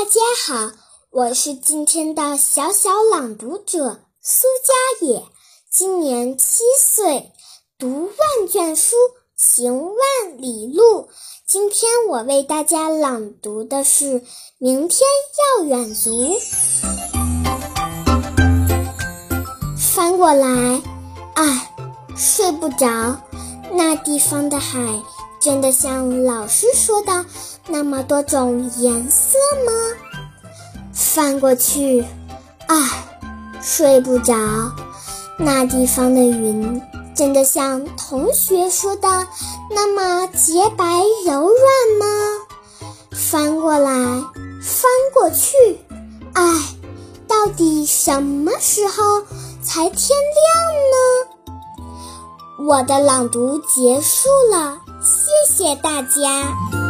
大家好，我是今天的小朗读者苏佳也，今年7岁，读万卷书，行万里路。今天我为大家朗读的是《明天要远足》。翻过来，睡不着，那地方的海真的像老师说的那么多种颜色吗？翻过去，睡不着，那地方的云真的像同学说的那么洁白柔软吗？翻过来，翻过去，到底什么时候才天亮呢？我的朗读结束了，谢谢大家。